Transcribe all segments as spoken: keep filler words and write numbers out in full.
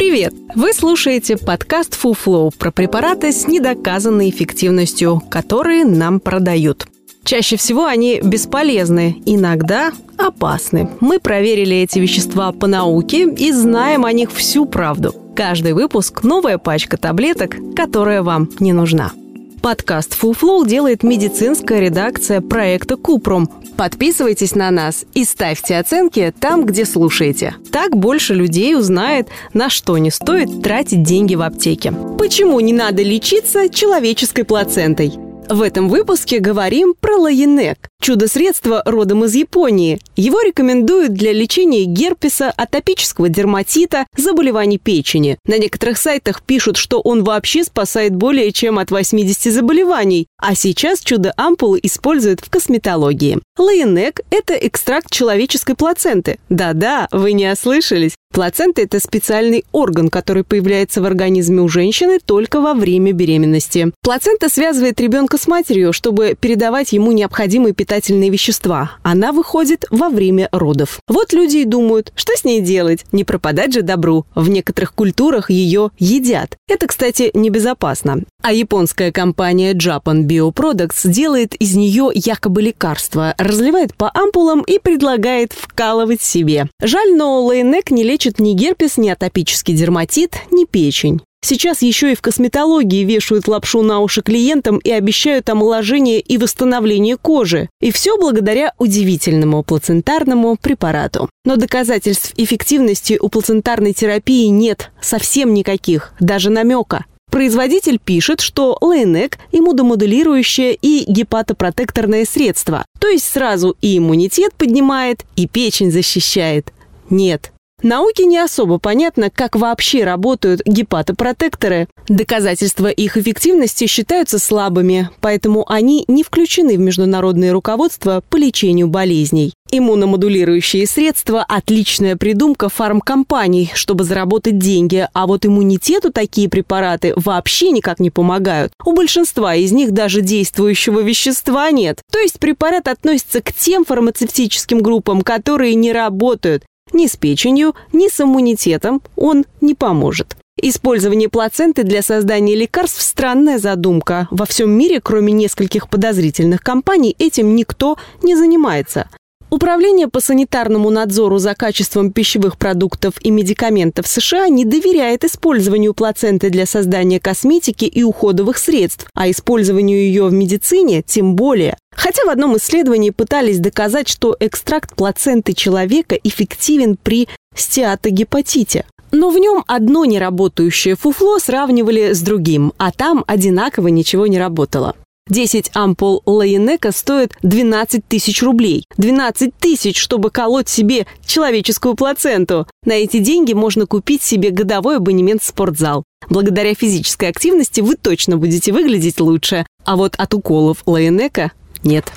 Привет! Вы слушаете подкаст «Фуфло» про препараты с недоказанной эффективностью, которые нам продают. Чаще всего они бесполезны, иногда опасны. Мы проверили эти вещества по науке и знаем о них всю правду. Каждый выпуск – новая пачка таблеток, которая вам не нужна. Подкаст «Фуфло» делает медицинская редакция проекта «Купрум». Подписывайтесь на нас и ставьте оценки там, где слушаете. Так больше людей узнает, на что не стоит тратить деньги в аптеке. Почему не надо лечиться человеческой плацентой? В этом выпуске говорим про Лайенек – чудо-средство родом из Японии. Его рекомендуют для лечения герпеса, атопического дерматита, заболеваний печени. На некоторых сайтах пишут, что он вообще спасает более чем от восьмидесяти заболеваний. А сейчас чудо-ампулы используют в косметологии. Лайенек – это экстракт человеческой плаценты. Да-да, вы не ослышались. Плацента – это специальный орган, который появляется в организме у женщины только во время беременности. Плацента связывает ребенка с матерью, чтобы передавать ему необходимые питательные вещества. Она выходит во время родов. Вот люди и думают, что с ней делать? Не пропадать же добру. В некоторых культурах ее едят. Это, кстати, небезопасно. А японская компания Japan Bioproducts делает из нее якобы лекарство, разливает по ампулам и предлагает вкалывать себе. Жаль, но Лайенек не лечит ни герпес, ни атопический дерматит, ни печень. Сейчас еще и в косметологии вешают лапшу на уши клиентам и обещают омоложение и восстановление кожи. И все благодаря удивительному плацентарному препарату. Но доказательств эффективности у плацентарной терапии нет совсем никаких, даже намека. Производитель пишет, что Лайенек – иммуномодулирующее и гепатопротекторное средство. То есть сразу и иммунитет поднимает, и печень защищает. Нет. Науке не особо понятно, как вообще работают гепатопротекторы. Доказательства их эффективности считаются слабыми, поэтому они не включены в международное руководство по лечению болезней. Иммуномодулирующие средства – отличная придумка фармкомпаний, чтобы заработать деньги, а вот иммунитету такие препараты вообще никак не помогают. У большинства из них даже действующего вещества нет. То есть препарат относится к тем фармацевтическим группам, которые не работают. Ни с печенью, ни с иммунитетом он не поможет. Использование плаценты для создания лекарств – странная задумка. Во всем мире, кроме нескольких подозрительных компаний, этим никто не занимается. Управление по санитарному надзору за качеством пищевых продуктов и медикаментов США не доверяет использованию плаценты для создания косметики и уходовых средств, а использованию ее в медицине тем более. Хотя в одном исследовании пытались доказать, что экстракт плаценты человека эффективен при стеатогепатите. Но в нем одно неработающее фуфло сравнивали с другим, а там одинаково ничего не работало. десять ампул Лайенека стоят двенадцать тысяч рублей. двенадцать тысяч, чтобы колоть себе человеческую плаценту. На эти деньги можно купить себе годовой абонемент в спортзал. Благодаря физической активности вы точно будете выглядеть лучше. А вот от уколов Лайенека нет.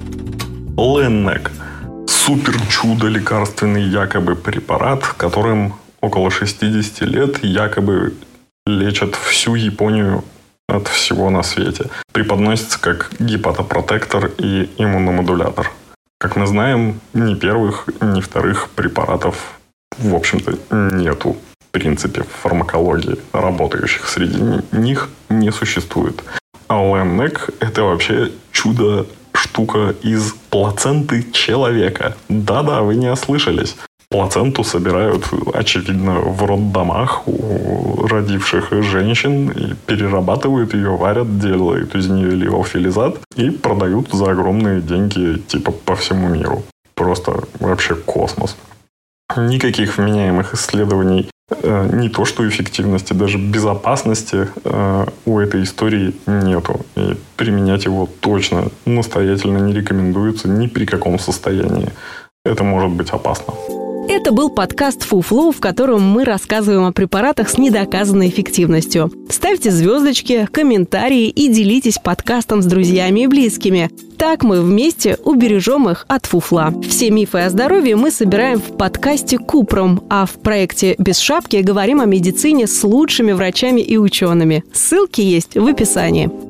Лайенек – супер-чудо лекарственный якобы препарат, которым около шестидесяти лет якобы лечат всю Японию от всего на свете. Преподносится как гепатопротектор и иммуномодулятор. Как мы знаем, ни первых, ни вторых препаратов, в общем-то, нету. В принципе, в фармакологии работающих среди них не существует. А Лайенек – это вообще чудо-штука из плаценты человека. Да-да, вы не ослышались. Плаценту собирают, очевидно, в роддомах у родивших женщин, и перерабатывают ее, варят, делают из нее лиофилизат и продают за огромные деньги типа по всему миру. Просто вообще космос. Никаких вменяемых исследований, э, не то что эффективности, даже безопасности э, у этой истории нету. И применять его точно, настоятельно не рекомендуется ни при каком состоянии. Это может быть опасно. Это был подкаст «Фуфло», в котором мы рассказываем о препаратах с недоказанной эффективностью. Ставьте звездочки, комментарии и делитесь подкастом с друзьями и близкими. Так мы вместе убережем их от фуфла. Все мифы о здоровье мы собираем в подкасте «Купрум», а в проекте «Без шапки» говорим о медицине с лучшими врачами и учеными. Ссылки есть в описании.